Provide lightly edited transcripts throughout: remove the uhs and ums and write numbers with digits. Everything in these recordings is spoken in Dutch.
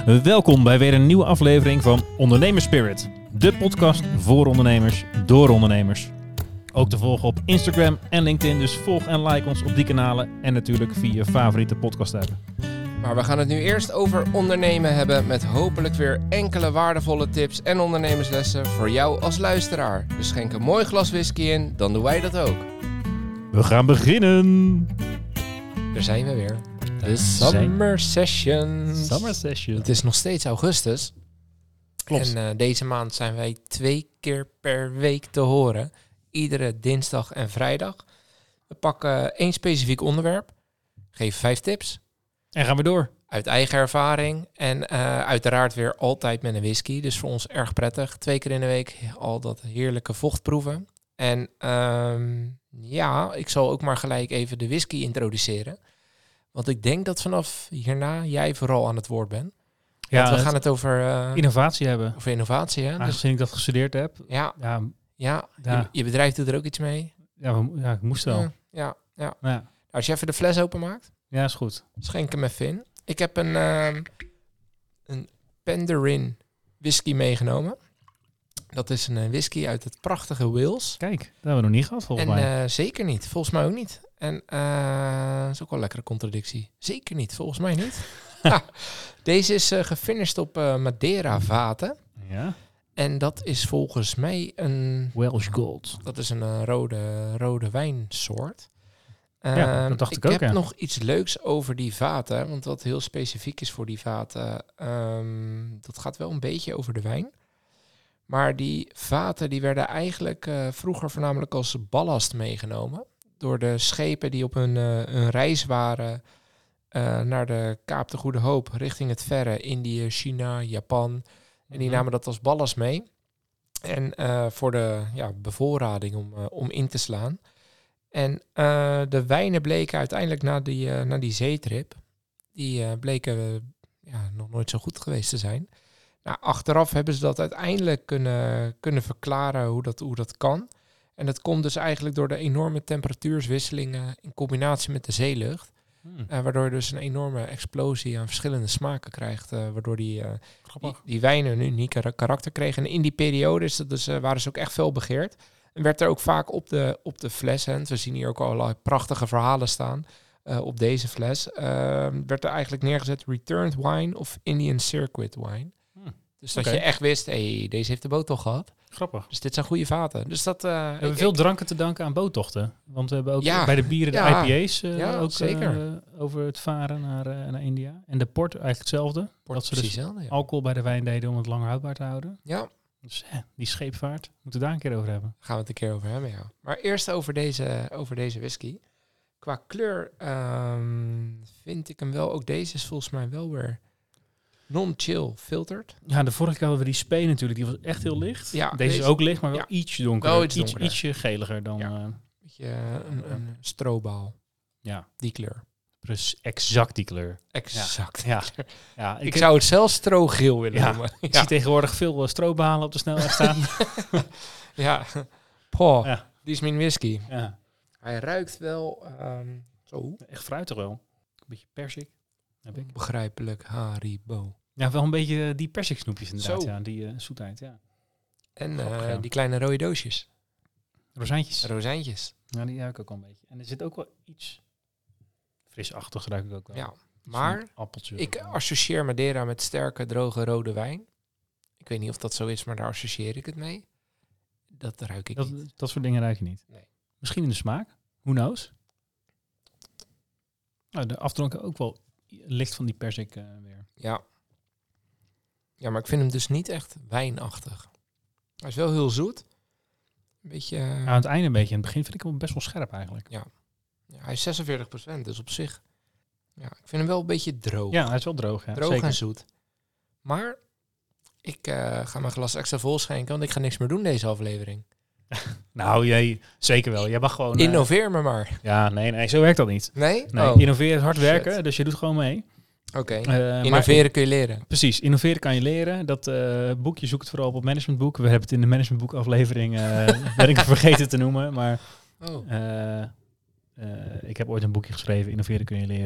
Welkom bij weer een nieuwe aflevering van Ondernemers Spirit. De podcast voor ondernemers, door ondernemers. Ook te volgen op Instagram en LinkedIn, dus volg en like ons op die kanalen en natuurlijk via je favoriete podcast app. Maar we gaan het nu eerst over ondernemen hebben met hopelijk weer enkele waardevolle tips en ondernemerslessen voor jou als luisteraar. Dus schenk een mooi glas whisky in, dan doen wij dat ook. We gaan beginnen! Daar zijn we weer. De Summer Sessions. Summer Session. Het is nog steeds augustus. Klopt. En deze maand zijn wij 2 keer per week te horen. Iedere dinsdag en vrijdag. We pakken 1 specifiek onderwerp. Geven 5 tips. En gaan we door. Uit eigen ervaring. En uiteraard weer altijd met een whisky. Dus voor ons erg prettig. 2 keer in de week al dat heerlijke vocht proeven. En ik zal ook maar gelijk even de whisky introduceren. Want ik denk dat vanaf hierna jij vooral aan het woord bent. Want we gaan het over... innovatie hebben. Over innovatie, hè? Aangezien ik dat gestudeerd heb. Ja. Ja. Je bedrijf doet er ook iets mee. Ja, ik moest wel. Ja. Ja. Als je even de fles openmaakt. Ja, is goed. Schenk hem even in. Ik heb een Penderyn whisky meegenomen. Dat is een whisky uit het prachtige Wales. Kijk, dat hebben we nog niet gehad volgens mij. Zeker niet. Volgens mij ook niet. En dat is ook wel een lekkere contradictie. Zeker niet. Volgens mij niet. Deze is gefinished op Madeira vaten. Ja. En dat is volgens mij een... Welsh Gold. Dat is een rode wijnsoort. Ja, dat dacht ik ook, heb nog iets leuks over die vaten. Want wat heel specifiek is voor die vaten... dat gaat wel een beetje over de wijn. Maar die vaten die werden eigenlijk vroeger voornamelijk als ballast meegenomen. Door de schepen die op hun reis waren naar de Kaap de Goede Hoop. Richting het verre Indië, China, Japan. En die namen dat als ballast mee. En voor de bevoorrading om in te slaan. En de wijnen bleken uiteindelijk na die zeetrip. Die bleken nog nooit zo goed geweest te zijn. Nou, achteraf hebben ze dat uiteindelijk kunnen verklaren hoe dat kan. En dat komt dus eigenlijk door de enorme temperatuurswisselingen in combinatie met de zeelucht. Waardoor je dus een enorme explosie aan verschillende smaken krijgt. Waardoor die wijnen een unieke karakter kregen. En in die periode waren ze ook echt veel begeerd. En werd er ook vaak op de fles, en we zien hier ook allerlei prachtige verhalen staan op deze fles, werd er eigenlijk neergezet Returned Wine of Indian Circuit Wine. Dus dat je echt wist, deze heeft de boottocht gehad. Grappig. Dus dit zijn goede vaten. Dus dat, we hebben veel dranken te danken aan boottochten. Want we hebben ook bij de bieren de IPA's ook zeker. Over het varen naar India. En de port eigenlijk hetzelfde. Dat ze dus alcohol bij de wijn deden om het langer houdbaar te houden. Ja. Dus die scheepvaart, moeten we daar een keer over hebben. Gaan we het een keer over hebben, ja. Maar eerst over deze whisky. Qua kleur vind ik hem wel, ook deze is volgens mij wel weer non-chill filtered. Ja, de vorige keer hadden we die spee natuurlijk, die was echt heel licht. Ja, deze is ook licht, maar wel iets donkerder. Ietsje geliger dan... Beetje een strobaal. Ja. Die kleur. Dus exact die kleur. Exact. Ja. Ja, ik zou het zelfs strogeel willen noemen. Ik zie tegenwoordig veel strobalen op de snelweg staan. Die is mijn whisky. Ja. Hij ruikt wel zo. Echt fruitig wel. Een beetje persik. Heb ik. Begrijpelijk Haribo. Ja, wel een beetje die persiksnoepjes inderdaad. Zo. Ja, die zoetheid, ja. En die kleine rode doosjes. Rozijntjes. Ja, die ruik ik ook al een beetje. En er zit ook wel iets frisachtig, ruik ik ook wel. Ja, maar ik associeer Madeira met sterke, droge rode wijn. Ik weet niet of dat zo is, maar daar associeer ik het mee. Dat ruik ik niet. Dat soort dingen ruik je niet? Nee. Misschien in de smaak. Who knows? Nou, de afdronken ook wel licht van die persik weer. Ja. Ja, maar ik vind hem dus niet echt wijnachtig. Hij is wel heel zoet. Een beetje... aan het einde een beetje. In het begin vind ik hem best wel scherp eigenlijk. Ja, hij is 46%, dus op zich... Ja, ik vind hem wel een beetje droog. Ja, hij is wel droog. Ja. Droog zeker. En zoet. Maar ik ga mijn glas extra vol schenken, want ik ga niks meer doen deze aflevering. Nou, jij zeker wel. Jij mag gewoon... Innoveer me maar. Ja, nee, zo werkt dat niet. Nee? Innoveren is hard werken, dus je doet gewoon mee. Oké. Innoveren kun je leren. Precies, innoveren kan je leren. Dat boekje zoek het vooral op managementboek. We hebben het in de managementboek aflevering, ben ik vergeten te noemen. Maar ik heb ooit een boekje geschreven, Innoveren kun je leren.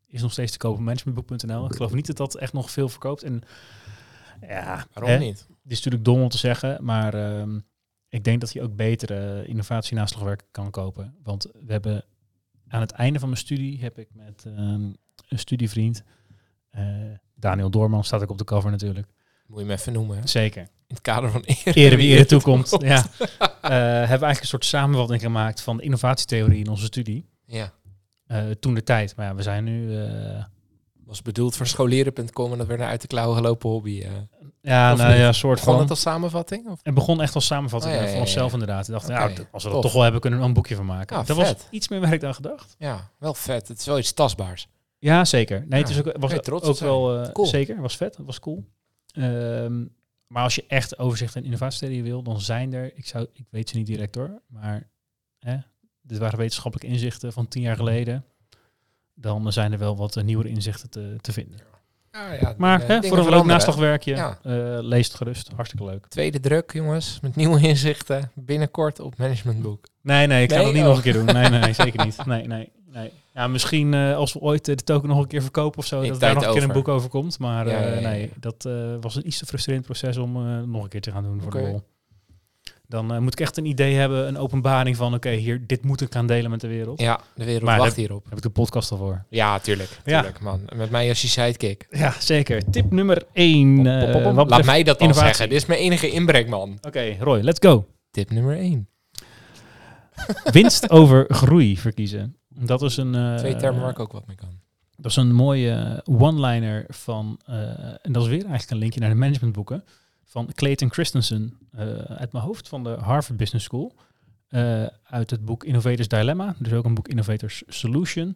is nog steeds te kopen op managementboek.nl. Ik geloof niet dat dat echt nog veel verkoopt. En ja, waarom niet? Het is natuurlijk dom om te zeggen, maar ik denk dat je ook betere innovatie-naslagwerk kan kopen. Want we hebben aan het einde van mijn studie heb ik met een studievriend, Daniel Doorman, staat ook op de cover natuurlijk. Moet je hem even noemen. Hè? Zeker. In het kader van ere wie ere toekomt. Ja. Hebben we eigenlijk een soort samenvatting gemaakt van de innovatietheorie in onze studie. Ja. Toen de tijd. Maar ja, we zijn nu... was bedoeld voor scholieren.com en dat werd een uit de klauwen gelopen hobby. Ja, nou ja, soort begon van... het als samenvatting? Of? Het begon echt als samenvatting van onszelf inderdaad. Ik dacht, als we dat toch wel hebben, kunnen we er een boekje van maken. Ja, dat was iets meer werk dan gedacht. Ja, wel vet. Het is wel iets tastbaars. Ja, zeker. Nee, het is was ook wel cool. Zeker, was vet. Het was cool. Maar als je echt overzicht en innovatietheorie wil, dan zijn er... Ik weet ze niet direct hoor, maar dit waren wetenschappelijke inzichten van 10 jaar geleden. Dan zijn er wel wat nieuwere inzichten te vinden. Ja, maar voor een leuk naslagwerkje, lees het gerust. Hartstikke leuk. Tweede druk, jongens, met nieuwe inzichten. Binnenkort op managementboek. Nee, ik ga dat niet nog een keer doen. Nee, zeker niet. Nee. Ja, misschien als we ooit de token nog een keer verkopen of zo, dat daar nog een keer een boek over komt. Maar nee, dat was een iets te frustrerend proces om nog een keer te gaan doen voor de rol. Dan moet ik echt een idee hebben, een openbaring van hier, dit moet ik gaan delen met de wereld. Ja, de wereld wacht hierop. Heb ik de podcast al voor. Ja, tuurlijk, man. Met mij als je sidekick. Ja, zeker. Tip nummer 1. Laat mij dat dan zeggen. Dit is mijn enige inbrek, man. Oké, Roy, let's go. Tip nummer 1. Winst over groei verkiezen. Dat is een... 2 termen waar ik ook wat mee kan. Dat is een mooie one-liner van... en dat is weer eigenlijk een linkje naar de managementboeken. Van Clayton Christensen, uit mijn hoofd van de Harvard Business School. Uit het boek Innovators Dilemma. Dus ook een boek Innovators Solution.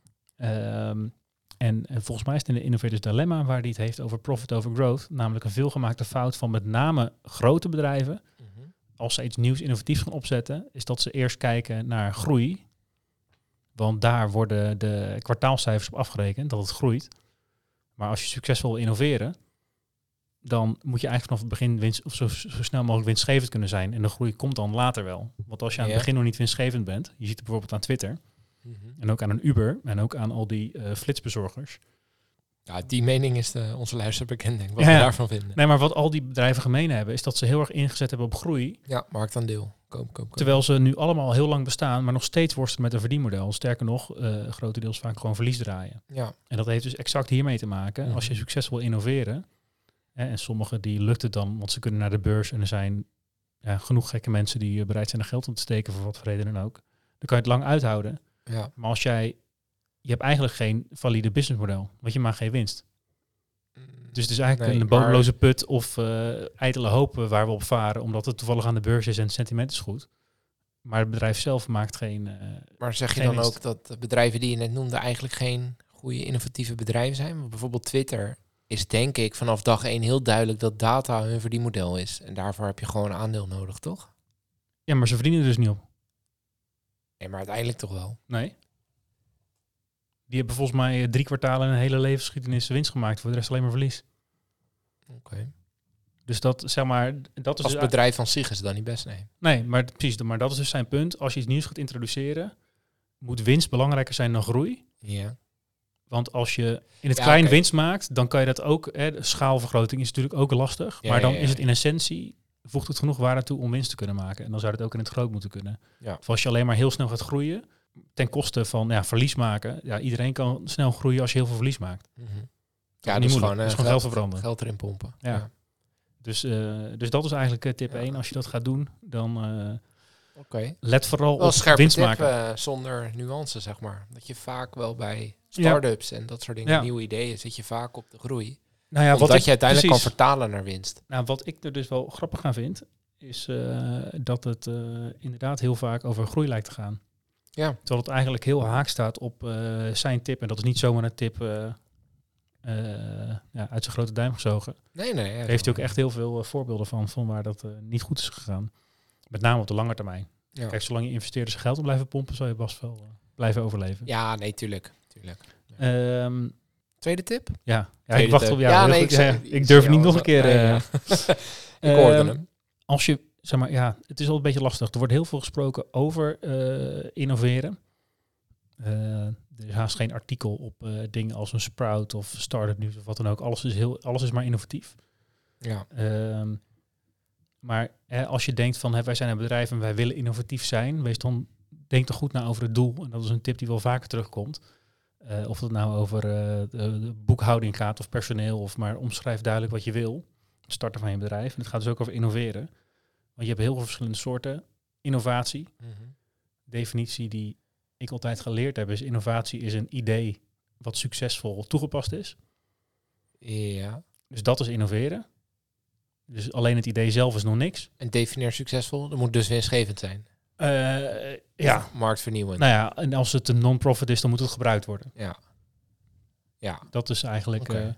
En volgens mij is het in de Innovators Dilemma waar hij het heeft over profit over growth. Namelijk een veelgemaakte fout van met name grote bedrijven. Als ze iets nieuws innovatiefs gaan opzetten, is dat ze eerst kijken naar groei. Want daar worden de kwartaalcijfers op afgerekend, dat het groeit. Maar als je succesvol wil innoveren, dan moet je eigenlijk vanaf het begin zo snel mogelijk winstgevend kunnen zijn. En de groei komt dan later wel. Want als je aan het begin nog niet winstgevend bent, je ziet het bijvoorbeeld aan Twitter, en ook aan een Uber, en ook aan al die flitsbezorgers. Ja, die mening is onze luisteraar bekend, denk ik, wat we daarvan vinden. Nee, maar wat al die bedrijven gemeen hebben, is dat ze heel erg ingezet hebben op groei. Ja, marktaandeel. Koop. Terwijl ze nu allemaal heel lang bestaan, maar nog steeds worstelen met een verdienmodel. Sterker nog, grotendeels vaak gewoon verlies draaien. Ja. En dat heeft dus exact hiermee te maken. Als je succesvol innoveren, en sommigen die lukt het dan, want ze kunnen naar de beurs en er zijn genoeg gekke mensen die bereid zijn er geld om te steken voor wat voor reden dan ook. Dan kan je het lang uithouden. Ja. Maar als je hebt eigenlijk geen valide businessmodel, want je maakt geen winst. Dus het is eigenlijk een bodemloze put of ijdele hopen waar we op varen, omdat het toevallig aan de beurs is en het sentiment is goed. Maar het bedrijf zelf maakt geen Maar zeg je dan winst. Ook dat de bedrijven die je net noemde eigenlijk geen goede innovatieve bedrijven zijn? Want bijvoorbeeld Twitter is denk ik vanaf dag 1 heel duidelijk dat data hun verdienmodel is. En daarvoor heb je gewoon aandeel nodig, toch? Ja, maar ze verdienen er dus niet op. Nee, maar uiteindelijk toch wel. Nee. Die hebben volgens mij 3 kwartalen een hele levensgeschiedenis winst gemaakt. Voor de rest alleen maar verlies. Oké. Dus dat, zeg maar... dat is als dus bedrijf van zich is dan niet best, nee. Nee, maar precies. Maar dat is dus zijn punt. Als je iets nieuws gaat introduceren, moet winst belangrijker zijn dan groei. Ja. Want als je in het klein winst maakt, dan kan je dat ook... de schaalvergroting is natuurlijk ook lastig. Ja, maar dan is het in essentie... voegt het genoeg waarde toe om winst te kunnen maken. En dan zou het ook in het groot moeten kunnen. Ja. Of als je alleen maar heel snel gaat groeien, ten koste van verlies maken. Ja, iedereen kan snel groeien als je heel veel verlies maakt. Ja, dus gewoon geld verbranden. Geld erin pompen. Ja. Dus dat is eigenlijk tip 1. Als je dat gaat doen, dan let vooral op winst maken. Zonder nuance, zeg maar. Dat je vaak wel bij start-ups en dat soort dingen, nieuwe ideeën, zit je vaak op de groei. Nou ja, wat je uiteindelijk kan vertalen naar winst. Nou, wat ik er dus wel grappig aan vind, is dat het inderdaad heel vaak over groei lijkt te gaan. Ja. Terwijl het eigenlijk heel haak staat op zijn tip. En dat is niet zomaar een tip uit zijn grote duim gezogen. Nee. Daar heeft hij ook echt heel veel voorbeelden van waar dat niet goed is gegaan. Met name op de lange termijn. Ja. Kijk, zolang je investeerders zijn geld op blijven pompen, zal je vast wel blijven overleven. Ja, nee, tuurlijk. Ja. Tweede tip? Ja, ik wacht op jou. Ik durf niet nog een keer. Ik hoorde hem. Als je, het is al een beetje lastig. Er wordt heel veel gesproken over innoveren. Er is haast geen artikel op dingen als een Sprout of Startup Nieuws of wat dan ook. Alles is maar innovatief. Ja. Maar als je denkt van wij zijn een bedrijf en wij willen innovatief zijn, denk toch goed na over het doel. En dat is een tip die wel vaker terugkomt. Of het nou over de boekhouding gaat of personeel, maar omschrijf duidelijk wat je wil. Het starten van je bedrijf. En het gaat dus ook over innoveren. Want je hebt heel veel verschillende soorten innovatie. Mm-hmm. Definitie die ik altijd geleerd heb is: innovatie is een idee wat succesvol toegepast is. Ja. Dus dat is innoveren. Dus alleen het idee zelf is nog niks. En definieer succesvol, dat moet dus winstgevend zijn. Ja. Marktvernieuwend. Nou ja, en als het een non-profit is, dan moet het gebruikt worden. Ja. Dat is eigenlijk... Okay.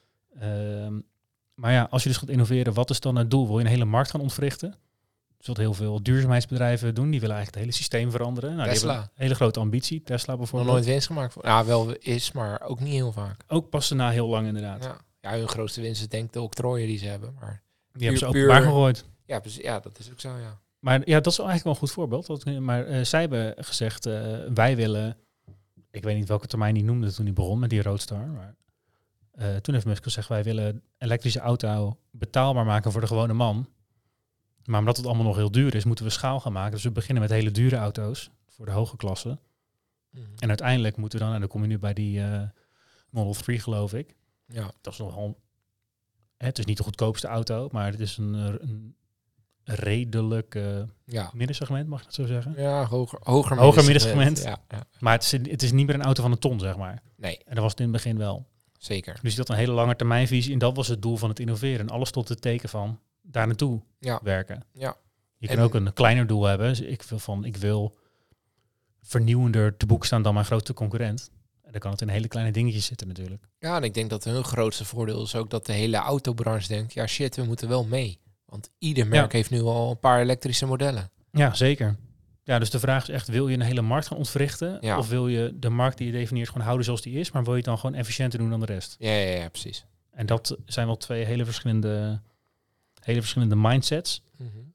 Maar ja, als je dus gaat innoveren, wat is dan het doel? Wil je een hele markt gaan ontwrichten? Dus wat heel veel duurzaamheidsbedrijven doen, die willen eigenlijk het hele systeem veranderen. Nou, Tesla. Die hebben een hele grote ambitie. Tesla bijvoorbeeld. Nog nooit winst gemaakt. Ja, wel is, maar ook niet heel vaak. Ook pas daarna heel lang inderdaad. Ja, hun grootste winst is denk ik de octrooien die ze hebben. Maar die hebben ze openbaar gegooid. Ja, dat is ook zo, ja. Maar ja, dat is eigenlijk wel een goed voorbeeld. Maar zij hebben gezegd, wij willen... Ik weet niet welke termijn die noemde toen hij begon met die Roadstar. Maar toen heeft Musk gezegd, wij willen elektrische auto betaalbaar maken voor de gewone man. Maar omdat het allemaal nog heel duur is, moeten we schaal gaan maken. Dus we beginnen met hele dure auto's voor de hoge klasse. Mm-hmm. En uiteindelijk moeten we dan, en dan kom je nu bij die Model 3 geloof ik. Ja. Dat is nogal... Het is niet de goedkoopste auto, maar het is een redelijk middensegment, mag ik dat zo zeggen? Ja, hoger middensegment. Ja. Maar het is niet meer een auto van een ton, zeg maar. Nee. En dat was het in het begin wel. Zeker. Dus je had een hele lange termijnvisie en dat was het doel van het innoveren. En alles tot het teken van daar naartoe werken. Ja. Je kan ook een kleiner doel hebben. Dus ik wil vernieuwender te boek staan dan mijn grootste concurrent. En dan kan het in hele kleine dingetjes zitten natuurlijk. Ja, en ik denk dat hun grootste voordeel is ook dat de hele autobranche denkt, ja shit, we moeten wel mee. Want ieder merk heeft nu al een paar elektrische modellen. Ja, zeker. Ja, dus de vraag is echt, wil je een hele markt gaan ontwrichten? Ja. Of wil je de markt die je definieert gewoon houden zoals die is, maar wil je het dan gewoon efficiënter doen dan de rest? Ja, precies. En dat zijn wel twee hele verschillende mindsets. Mm-hmm.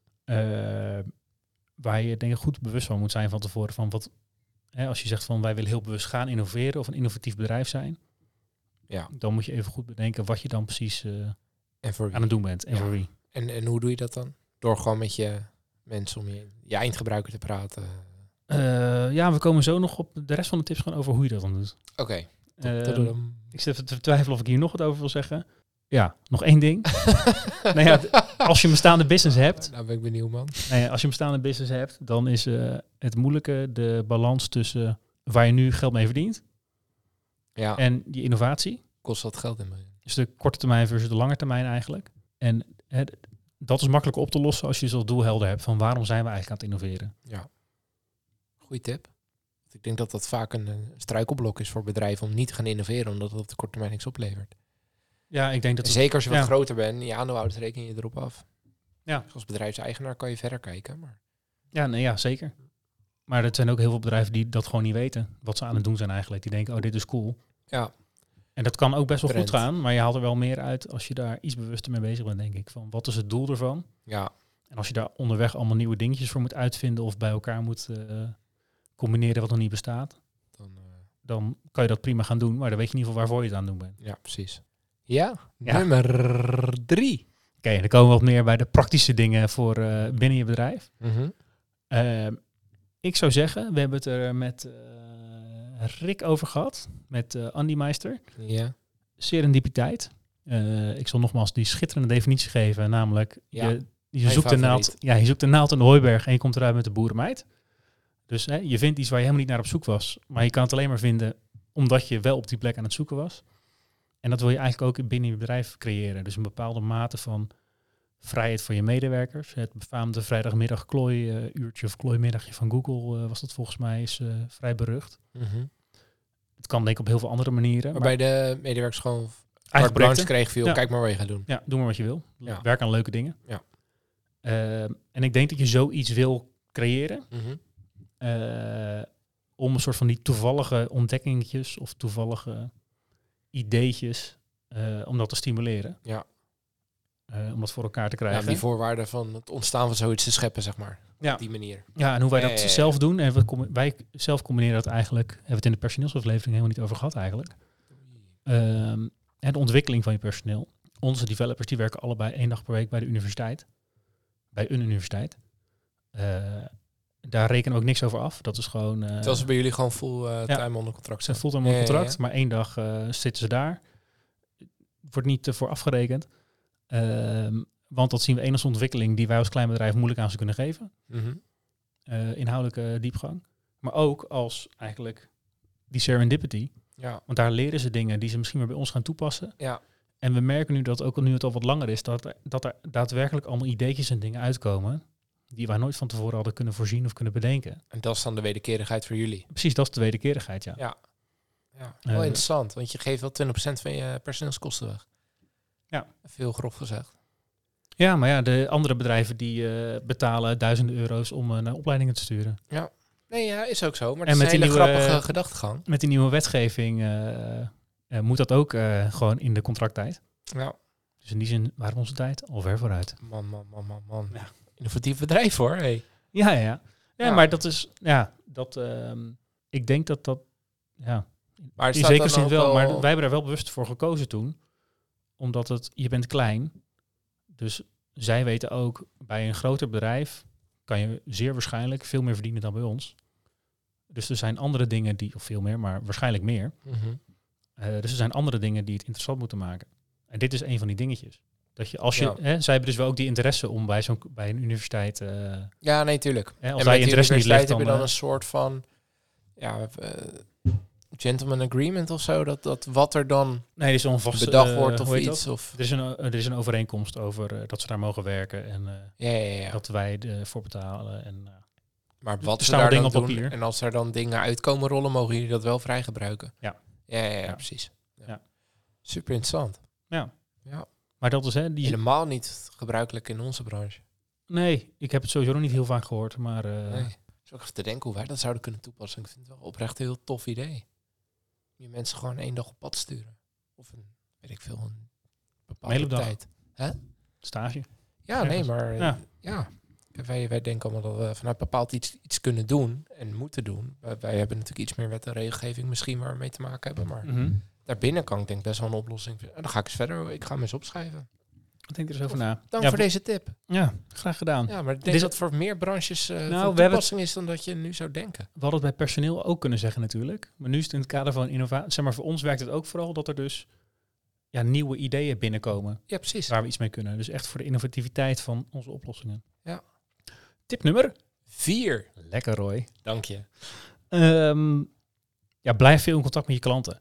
Waar je denk ik goed bewust van moet zijn van tevoren. Van wat, als je zegt van wij willen heel bewust gaan innoveren of een innovatief bedrijf zijn. Ja. Dan moet je even goed bedenken wat je dan precies en voor wie? Aan het doen bent. En voor wie. En hoe doe je dat dan? Door gewoon met je mensen om je eindgebruiker te praten? We komen zo nog op de rest van de tips gewoon over hoe je dat dan doet. Oké. Ik zit even te twijfelen of ik hier nog wat over wil zeggen. Ja, nog één ding. Nou ja, als je een bestaande business hebt... Nou ben ik benieuwd, man. Nou ja, als je een bestaande business hebt, dan is het moeilijke de balans tussen waar je nu geld mee verdient en je innovatie. Kost dat geld in? Dus de korte termijn versus de lange termijn eigenlijk. En dat is makkelijker op te lossen als je zo'n doel helder hebt van waarom zijn we eigenlijk aan het innoveren. Ja. Goeie tip. Ik denk dat dat vaak een struikelblok is voor bedrijven om niet te gaan innoveren, omdat het op de korte termijn niks oplevert. Ja, ik denk dat... Zeker als je wat groter bent, je aandeelhouders reken je erop af. Ja. Dus als bedrijfseigenaar kan je verder kijken. Maar... Ja, zeker. Maar er zijn ook heel veel bedrijven die dat gewoon niet weten, wat ze aan het doen zijn eigenlijk. Die denken, dit is cool. Ja. En dat kan ook best wel goed gaan, maar je haalt er wel meer uit als je daar iets bewuster mee bezig bent, denk ik. Van wat is het doel ervan? Ja. En als je daar onderweg allemaal nieuwe dingetjes voor moet uitvinden of bij elkaar moet combineren wat nog niet bestaat, dan kan je dat prima gaan doen, maar dan weet je in ieder geval waarvoor je het aan het doen bent. Ja, precies. Ja. Nummer 3. Oké, dan komen we wat meer bij de praktische dingen voor binnen je bedrijf. Mm-hmm. Ik zou zeggen, we hebben het er met Rick over gehad, met Andy Meister. Ja. Serendipiteit. Ik zal nogmaals die schitterende definitie geven, namelijk je zoekt de naald in de hooiberg en je komt eruit met de boerenmeid. Dus je vindt iets waar je helemaal niet naar op zoek was, maar je kan het alleen maar vinden omdat je wel op die plek aan het zoeken was. En dat wil je eigenlijk ook binnen je bedrijf creëren. Dus een bepaalde mate van vrijheid voor je medewerkers. Het befaamde vrijdagmiddag uurtje of klooimiddagje van Google was dat volgens mij is vrij berucht. Mm-hmm. Het kan denk ik op heel veel andere manieren. Waarbij de medewerkers gewoon eigen branche kreeg veel. Kijk maar wat je gaat doen. Ja, doe maar wat je wil. Ja. Werk aan leuke dingen. Ja. En ik denk dat je zoiets wil creëren. Mm-hmm. Om een soort van die toevallige ontdekkingetjes of toevallige ideetjes om dat te stimuleren. Ja. om dat voor elkaar te krijgen. Ja, die voorwaarden van het ontstaan van zoiets te scheppen, zeg maar. Op die manier. Ja, en hoe wij dat zelf doen. En wij zelf combineren dat eigenlijk... Hebben we het in de personeelsaflevering helemaal niet over gehad eigenlijk. De ontwikkeling van je personeel. Onze developers die werken allebei 1 dag per week bij de universiteit. Bij een universiteit. Daar rekenen we ook niks over af. Dat is gewoon... Terwijl ze bij jullie gewoon fulltime onder contract zijn. Fulltime onder contract, maar 1 dag zitten ze daar. Wordt niet voor afgerekend. Want dat zien we als ontwikkeling die wij als klein bedrijf moeilijk aan ze kunnen geven. Mm-hmm. Inhoudelijke diepgang. Maar ook als eigenlijk die serendipity. Ja. Want daar leren ze dingen die ze misschien weer bij ons gaan toepassen. Ja. En we merken nu dat ook nu het al wat langer is, dat er daadwerkelijk allemaal ideetjes en dingen uitkomen die wij nooit van tevoren hadden kunnen voorzien of kunnen bedenken. En dat is dan de wederkerigheid voor jullie? Precies, dat is de wederkerigheid, ja. Ja. Wel interessant, want je geeft wel 20% van je personeelskosten weg. Ja. Veel grof gezegd. Ja, maar ja, de andere bedrijven die betalen duizenden euro's om naar opleidingen te sturen. Ja. Nee, ja, is ook zo. Maar dat is een hele grappige gedachtegang. Met die nieuwe wetgeving moet dat ook gewoon in de contracttijd. Ja. Dus in die zin waren we onze tijd al ver vooruit. Man. Ja. Innovatief bedrijf hoor. Hey. Ja, maar dat is... Ja, dat... ik denk dat... Ja, maar in zekere zin wel. Maar wij hebben daar wel bewust voor gekozen toen. Omdat je bent klein. Dus zij weten ook, bij een groter bedrijf kan je zeer waarschijnlijk veel meer verdienen dan bij ons. Dus er zijn andere dingen of veel meer, maar waarschijnlijk meer. Mm-hmm. Dus er zijn andere dingen die het interessant moeten maken. En dit is een van die dingetjes. Dat je, zij hebben dus wel ook die interesse om bij een universiteit... ja, nee, tuurlijk. Als wij interesse niet ligt, dan... heb je dan een soort van... gentleman agreement of zo, dat wat er dan is onvast bedacht wordt of iets. Of... Er is een overeenkomst over dat ze daar mogen werken en dat wij ervoor betalen. En, maar wat ze daar dan doen, en als er dan dingen uitkomen rollen, mogen jullie dat wel vrij gebruiken? Ja, precies. Ja. Super interessant. Ja. Maar dat is helemaal niet gebruikelijk in onze branche. Nee, ik heb het sowieso nog niet heel vaak gehoord, maar... Nee. Ik zou even te denken hoe wij dat zouden kunnen toepassen. Ik vind het wel oprecht een heel tof idee. Je mensen gewoon 1 dag op pad sturen. Of een bepaalde tijd. Hè? Stage. Ja, nee, maar wij denken allemaal dat we vanuit bepaald iets kunnen doen en moeten doen. Wij hebben natuurlijk iets meer wet en regelgeving misschien waar we mee te maken hebben. Maar daarbinnen kan ik denk best wel een oplossing vinden. Dan ga ik eens verder. Ik ga hem eens opschrijven. Ik denk er eens over na. Dank voor deze tip. Ja, graag gedaan. Ja, maar ik denk dat het voor meer branches van toepassing is dan dat je nu zou denken. We hadden het bij personeel ook kunnen zeggen natuurlijk. Maar nu is het in het kader van innovatie. Zeg maar, voor ons werkt het ook vooral dat er dus nieuwe ideeën binnenkomen. Ja, precies. Waar we iets mee kunnen. Dus echt voor de innovativiteit van onze oplossingen. Ja. Tip nummer 4. Lekker, Roy. Dank je. Blijf veel in contact met je klanten.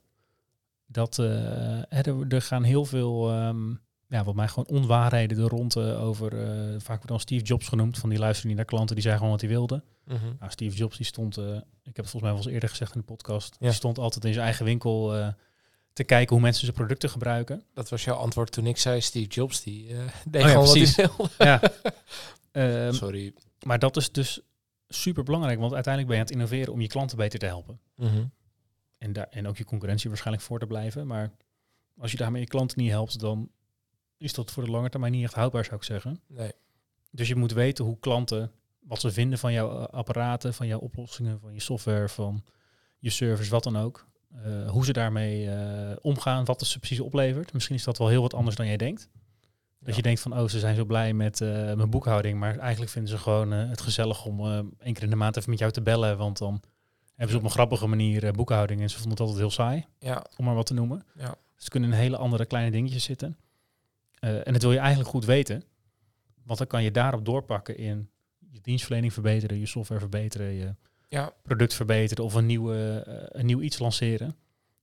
Er gaan heel veel... wat mij gewoon onwaarheden er rond over, vaak wordt dan Steve Jobs genoemd, van die luisteren niet naar klanten, die zei gewoon wat hij wilde. Mm-hmm. Nou, Steve Jobs, die stond, ik heb het volgens mij wel eens eerder gezegd in de podcast, die stond altijd in zijn eigen winkel te kijken hoe mensen zijn producten gebruiken. Dat was jouw antwoord toen ik zei Steve Jobs, die deed gewoon precies. Wat hij wilde. Sorry. Maar dat is dus super belangrijk, want uiteindelijk ben je aan het innoveren om je klanten beter te helpen. Mm-hmm. En ook je concurrentie waarschijnlijk voor te blijven, maar als je daarmee je klanten niet helpt, dan is dat voor de lange termijn niet echt houdbaar, zou ik zeggen. Nee. Dus je moet weten hoe klanten, wat ze vinden van jouw apparaten, van jouw oplossingen, van je software, van je service, wat dan ook. Hoe ze daarmee omgaan, wat de subsidie oplevert. Misschien is dat wel heel wat anders dan jij denkt. Dat je denkt van, ze zijn zo blij met mijn boekhouding, maar eigenlijk vinden ze gewoon het gezellig om 1 keer in de maand even met jou te bellen, want dan hebben ze op een grappige manier boekhouding en ze vonden het altijd heel saai, om maar wat te noemen. Ja. Dus het kunnen in hele andere kleine dingetjes zitten. En dat wil je eigenlijk goed weten. Want dan kan je daarop doorpakken in je dienstverlening verbeteren, je software verbeteren, je product verbeteren of een nieuw iets lanceren.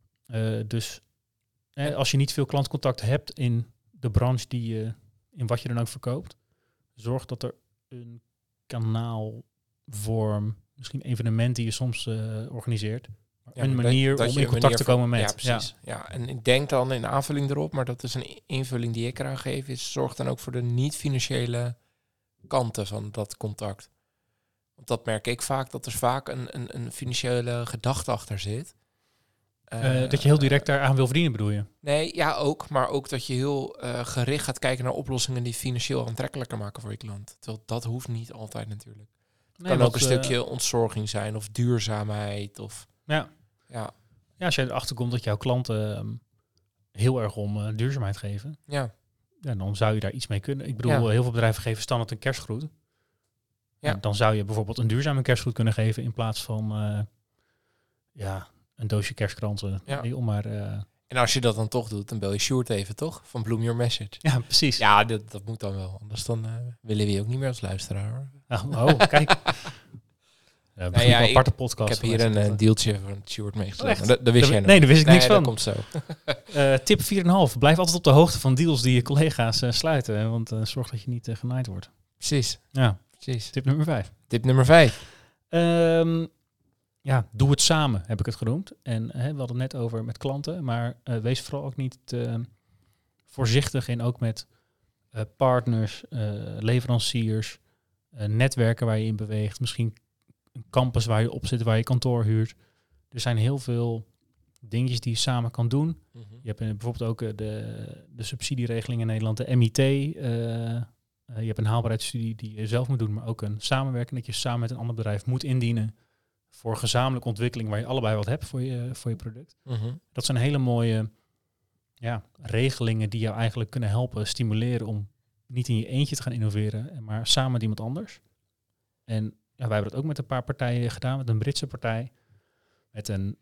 Als je niet veel klantcontact hebt in de branche in wat je dan ook verkoopt, zorg dat er een kanaalvorm, misschien evenement die je soms organiseert, een manier om in contact te komen met. Ja, precies. Ja, en ik denk dan in aanvulling erop, maar dat is een invulling die ik eraan geef, is zorg dan ook voor de niet-financiële kanten van dat contact. Want dat merk ik vaak, dat er vaak een financiële gedachte achter zit. dat je heel direct daaraan wil verdienen, bedoel je? Nee, ja ook. Maar ook dat je heel gericht gaat kijken naar oplossingen die financieel aantrekkelijker maken voor je klant. Terwijl dat hoeft niet altijd natuurlijk. Het kan ook een stukje ontzorging zijn of duurzaamheid. Of, ja, als je erachter komt dat jouw klanten heel erg om duurzaamheid geven. Ja, dan zou je daar iets mee kunnen. Ik bedoel, heel veel bedrijven geven standaard een kerstgroet. Ja. Dan zou je bijvoorbeeld een duurzame kerstgroet kunnen geven in plaats van een doosje kerstkranten. Ja. Nee, En als je dat dan toch doet, dan bel je Sjoerd even, toch? Van Bloom Your Message. Ja, precies. Ja, dat moet dan wel. Anders dan willen we je ook niet meer als luisteraar. Oh, kijk. Een aparte podcast. Ik heb hier een deeltje van Sjoerd meegesloten. Dat wist jij nog. Nee, daar wist ik niks van. Dat komt zo. Tip 4,5. Blijf altijd op de hoogte van deals die je collega's sluiten. Want zorg dat je niet genaaid wordt. Precies. Ja, precies. Tip nummer 5. Tip nummer 5. Doe het samen, heb ik het genoemd. En we hadden het net over met klanten. Maar wees vooral ook niet voorzichtig in ook met partners, leveranciers, netwerken waar je in beweegt. Misschien een campus waar je op zit, waar je kantoor huurt. Er zijn heel veel dingetjes die je samen kan doen. Mm-hmm. Je hebt bijvoorbeeld ook de subsidieregeling in Nederland, de MIT. Je hebt een haalbaarheidsstudie die je zelf moet doen, maar ook een samenwerking dat je samen met een ander bedrijf moet indienen voor gezamenlijke ontwikkeling waar je allebei wat hebt voor je product. Mm-hmm. Dat zijn hele mooie regelingen die jou eigenlijk kunnen helpen, stimuleren om niet in je eentje te gaan innoveren, maar samen met iemand anders. En wij hebben dat ook met een paar partijen gedaan, met een Britse partij, met een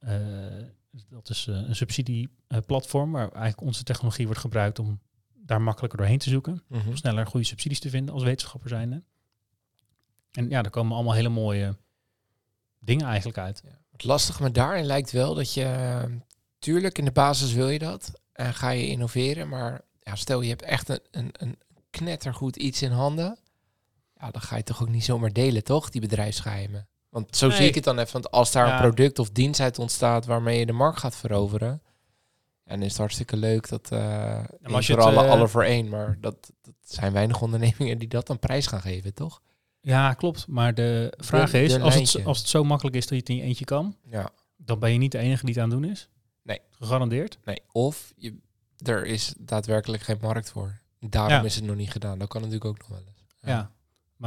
subsidieplatform waar eigenlijk onze technologie wordt gebruikt om daar makkelijker doorheen te zoeken, om sneller goede subsidies te vinden als wetenschapper zijnde. En daar komen allemaal hele mooie dingen eigenlijk uit. Ja. Het lastige met daarin lijkt wel dat je, tuurlijk in de basis wil je dat en ga je innoveren, maar stel je hebt echt een knettergoed iets in handen, dan ga je toch ook niet zomaar delen, toch? Die bedrijfsgeheimen. Want zo zie ik het dan even. Want als daar een product of dienst uit ontstaat waarmee je de markt gaat veroveren, en is het hartstikke leuk dat voor alle voor één. Maar dat zijn weinig ondernemingen die dat dan prijs gaan geven, toch? Ja, klopt. Maar de vraag is, als het zo makkelijk is dat je het in je eentje kan, dan ben je niet de enige die het aan het doen is. Nee. Gegarandeerd. Nee. Of er is daadwerkelijk geen markt voor. Daarom is het nog niet gedaan. Dat kan natuurlijk ook nog wel eens. Ja. Maar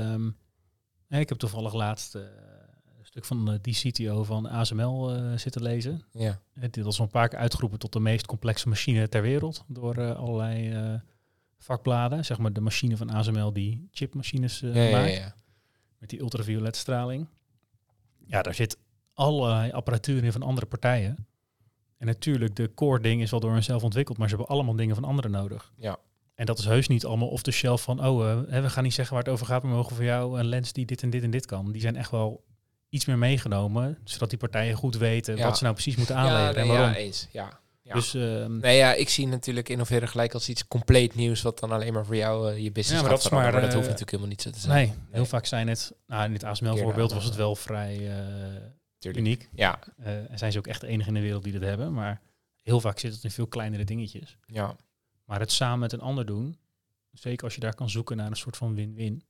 ik heb toevallig laatst een stuk van die CTO van ASML zitten lezen. Ja. Dit was al een paar keer uitgeroepen tot de meest complexe machine ter wereld door allerlei vakbladen. Zeg maar de machine van ASML die chipmachines maakt. Ja. Met die ultravioletstraling. Ja, daar zit allerlei apparatuur in van andere partijen. En natuurlijk, de core ding is wel door henzelf ontwikkeld, maar ze hebben allemaal dingen van anderen nodig. Ja. En dat is heus niet allemaal off the shelf van, we gaan niet zeggen waar het over gaat, maar we mogen voor jou een lens die dit en dit en dit kan. Die zijn echt wel iets meer meegenomen, zodat die partijen goed weten wat ze nou precies moeten aanleveren en waarom. Ja, eens. Ja. Ja. Dus, ik zie natuurlijk innoveren gelijk als iets compleet nieuws, wat dan alleen maar voor jou je business gaat veranderen. Maar dat hoeft natuurlijk helemaal niet zo te zijn. Nee, heel vaak zijn het, in dit ASML-voorbeeld was het wel vrij uniek. Ja. En zijn ze ook echt de enige in de wereld die dat hebben, maar heel vaak zit het in veel kleinere dingetjes. Ja. Maar het samen met een ander doen, zeker als je daar kan zoeken naar een soort van win-win,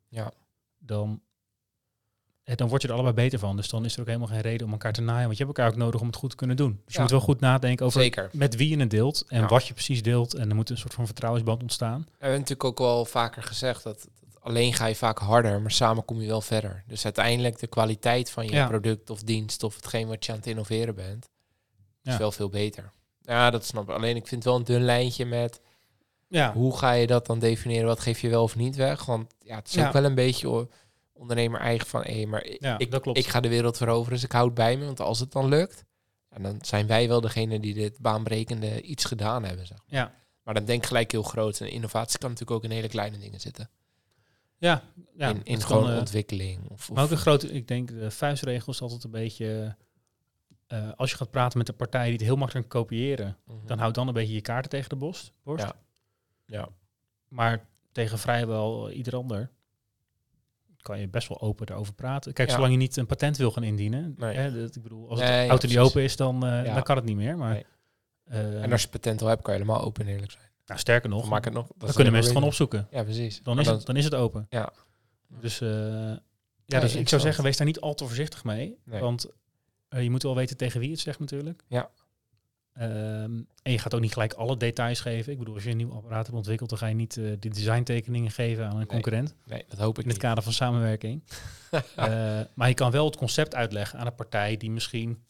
dan word je er allebei beter van. Dus dan is er ook helemaal geen reden om elkaar te naaien, want je hebt elkaar ook nodig om het goed te kunnen doen. Dus je moet wel goed nadenken over met wie je het deelt en wat je precies deelt. En er moet een soort van vertrouwensband ontstaan. We hebben natuurlijk ook wel vaker gezegd dat alleen ga je vaak harder, maar samen kom je wel verder. Dus uiteindelijk de kwaliteit van je product of dienst of hetgeen wat je aan het innoveren bent, is wel veel beter. Ja, dat snap ik. Alleen ik vind wel een dun lijntje met hoe ga je dat dan definiëren? Wat geef je wel of niet weg? Want het is ook wel een beetje ondernemer eigen van, ik ga de wereld veroveren, dus ik houd bij me. Want als het dan lukt, dan zijn wij wel degene die dit baanbrekende iets gedaan hebben. Zeg. Ja. Maar dan denk gelijk heel groot. En innovatie kan natuurlijk ook in hele kleine dingen zitten. Ja. In gewoon ontwikkeling. Maar ook een grote, ik denk de vuistregel is altijd een beetje, als je gaat praten met een partij die het heel makkelijk kan kopiëren, dan houd dan een beetje je kaarten tegen de borst. Ja. Maar tegen vrijwel ieder ander kan je best wel open daarover praten. Kijk, zolang je niet een patent wil gaan indienen. Ik bedoel, als het auto niet open is, dan kan het niet meer. Maar, en als je patent al hebt, kan je helemaal open en eerlijk zijn. Nou, sterker nog, maak het nog. Dan kunnen mensen het gewoon opzoeken. Ja, precies. Dan is het open. Dus, dus ik zou zeggen, wees daar niet al te voorzichtig mee. Nee. Want Je moet wel weten tegen wie je het zegt natuurlijk. Ja. En je gaat ook niet gelijk alle details geven. Ik bedoel, als je een nieuw apparaat hebt ontwikkeld, dan ga je niet de designtekeningen geven aan een concurrent. Nee, dat hoop ik in het kader van samenwerking. Maar je kan wel het concept uitleggen aan een partij die misschien...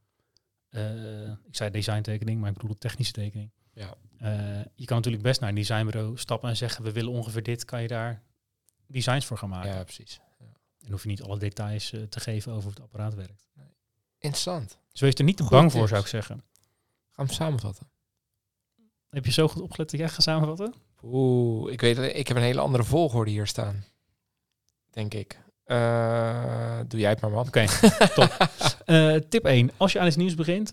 ik zei designtekening, maar ik bedoel de technische tekening. Ja. Je kan natuurlijk best naar een designbureau stappen en zeggen, we willen ongeveer dit, kan je daar designs voor gaan maken. Ja, precies. Ja. En hoef je niet alle details te geven over hoe het apparaat werkt. Nee. Interessant. Dus wees er niet te bang voor, zou ik zeggen. Gaan we hem samenvatten? Heb je zo goed opgelet dat jij gaat samenvatten? Ik weet het. Ik heb een hele andere volgorde hier staan. Denk ik. Doe jij het maar, man. Oké, top. Tip 1. Als je aan iets nieuws begint,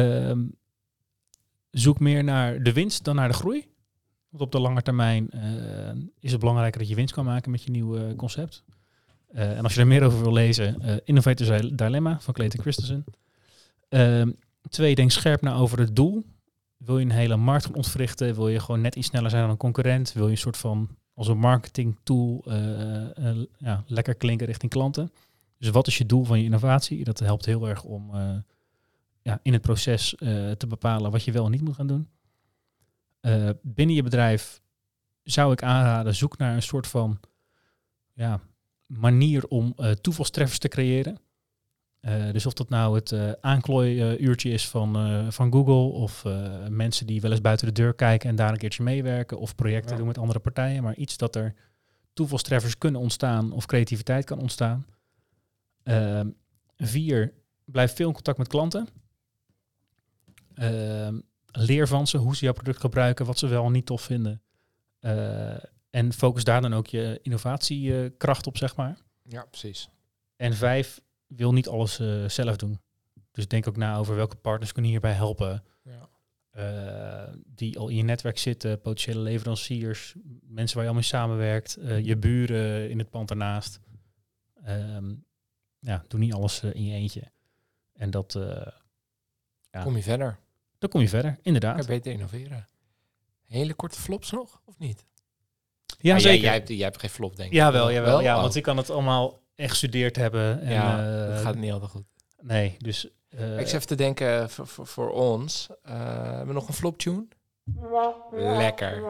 zoek meer naar de winst dan naar de groei. Want op de lange termijn is het belangrijker dat je winst kan maken met je nieuwe concept. En als je er meer over wil lezen, Innovator's Dilemma van Clayton Christensen. 2, denk scherp na over het doel. Wil je een hele markt gaan ontwrichten? Wil je gewoon net iets sneller zijn dan een concurrent? Wil je een soort van als een marketing tool lekker klinken richting klanten? Dus wat is je doel van je innovatie? Dat helpt heel erg om in het proces te bepalen wat je wel en niet moet gaan doen. Binnen je bedrijf zou ik aanraden, zoek naar een soort van manier om toevalstreffers te creëren. Dus of dat nou het aanklooiuurtje is van Google of mensen die wel eens buiten de deur kijken en daar een keertje meewerken of projecten doen met andere partijen, maar iets dat er toevalstreffers kunnen ontstaan of creativiteit kan ontstaan. 4, blijf veel in contact met klanten. Leer van ze hoe ze jouw product gebruiken, wat ze wel en niet tof vinden. En focus daar dan ook je innovatiekracht op, zeg maar. Ja, precies. En 5, wil niet alles zelf doen. Dus denk ook na over welke partners kunnen hierbij helpen. Ja. Die al in je netwerk zitten, potentiële leveranciers, mensen waar je al mee samenwerkt, je buren in het pand ernaast. Doe niet alles in je eentje. En dat... Kom je verder. Dan kom je verder, inderdaad. Kan je beter innoveren. Hele korte flops nog, of niet? Ja, zeker. Jij hebt geen flop, denk ik. Jawel. Ja, want ik kan het allemaal echt gestudeerd hebben. En, dat gaat niet altijd goed. Nee, dus... ik zit even te denken voor ons. Hebben we nog een flop tune? Lekker.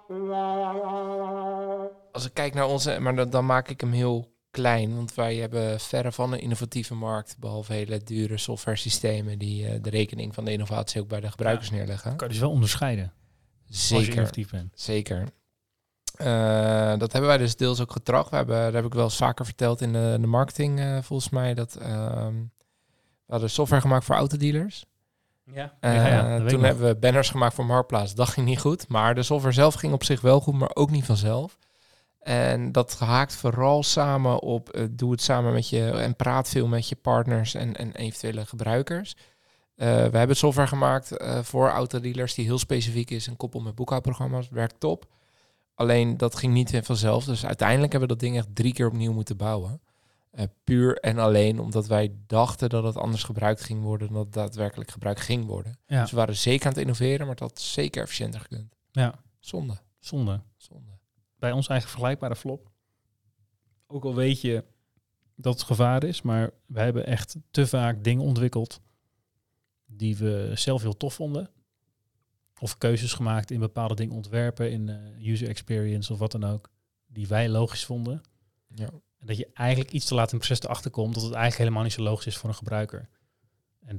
Als ik kijk naar onze... Maar dan maak ik hem heel klein. Want wij hebben verre van een innovatieve markt. Behalve hele dure software systemen die de rekening van de innovatie ook bij de gebruikers neerleggen. Kan je dus wel onderscheiden. Zeker. Als je innovatief bent. Zeker. Dat hebben wij dus deels ook getracht. Daar heb ik wel eens vaker verteld in de marketing, volgens mij. Dat we hadden software gemaakt voor autodealers. Toen hebben we banners gemaakt voor Marktplaats. Dat ging niet goed. Maar de software zelf ging op zich wel goed, maar ook niet vanzelf. En dat haakt vooral samen op doe het samen met je en praat veel met je partners en eventuele gebruikers. We hebben software gemaakt voor autodealers die heel specifiek is en koppel met boekhoudprogramma's. Werkt top. Alleen dat ging niet vanzelf. Dus uiteindelijk hebben we dat ding echt 3 keer opnieuw moeten bouwen. Puur en alleen omdat wij dachten dat het anders gebruikt ging worden dan dat daadwerkelijk gebruikt ging worden. Ja. Dus we waren zeker aan het innoveren, maar het had zeker efficiënter gekund. Ja. Zonde. Bij ons eigen vergelijkbare flop. Ook al weet je dat het gevaar is, maar wij hebben echt te vaak dingen ontwikkeld die we zelf heel tof vonden. Of keuzes gemaakt in bepaalde dingen ontwerpen, in user experience of wat dan ook, die wij logisch vonden. Ja. En dat je eigenlijk iets te laat in het proces erachter komt dat het eigenlijk helemaal niet zo logisch is voor een gebruiker. En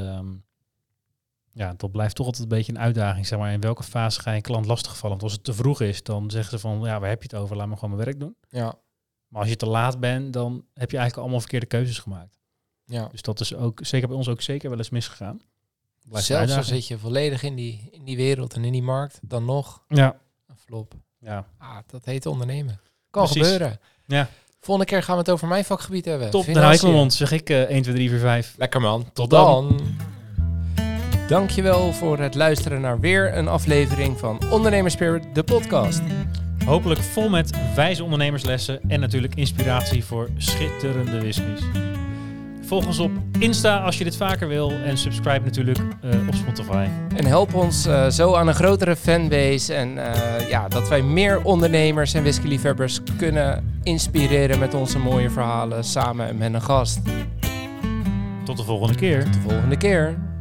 dat blijft toch altijd een beetje een uitdaging. Zeg maar, in welke fase ga je een klant lastigvallen? Want als het te vroeg is, dan zeggen ze van, waar heb je het over? Laat me gewoon mijn werk doen. Ja. Maar als je te laat bent, dan heb je eigenlijk allemaal verkeerde keuzes gemaakt. Ja. Dus dat is ook, zeker bij ons ook zeker wel eens misgegaan. Zelfs al zit je volledig in die wereld en in die markt, dan nog een flop. Ja. Dat heet ondernemen. Kan gebeuren. Ja. Volgende keer gaan we het over mijn vakgebied hebben. Top, dan hou ik mijn mond. Zeg ik 1, 2, 3, 4, 5. Lekker man. Tot dan. Dankjewel voor het luisteren naar weer een aflevering van Ondernemerspirit, de podcast. Hopelijk vol met wijze ondernemerslessen en natuurlijk inspiratie voor schitterende whiskies. Volg ons op Insta als je dit vaker wil en subscribe natuurlijk op Spotify. En help ons zo aan een grotere fanbase en dat wij meer ondernemers en whiskyliefhebbers kunnen inspireren met onze mooie verhalen samen met een gast. Tot de volgende keer. Tot de volgende keer.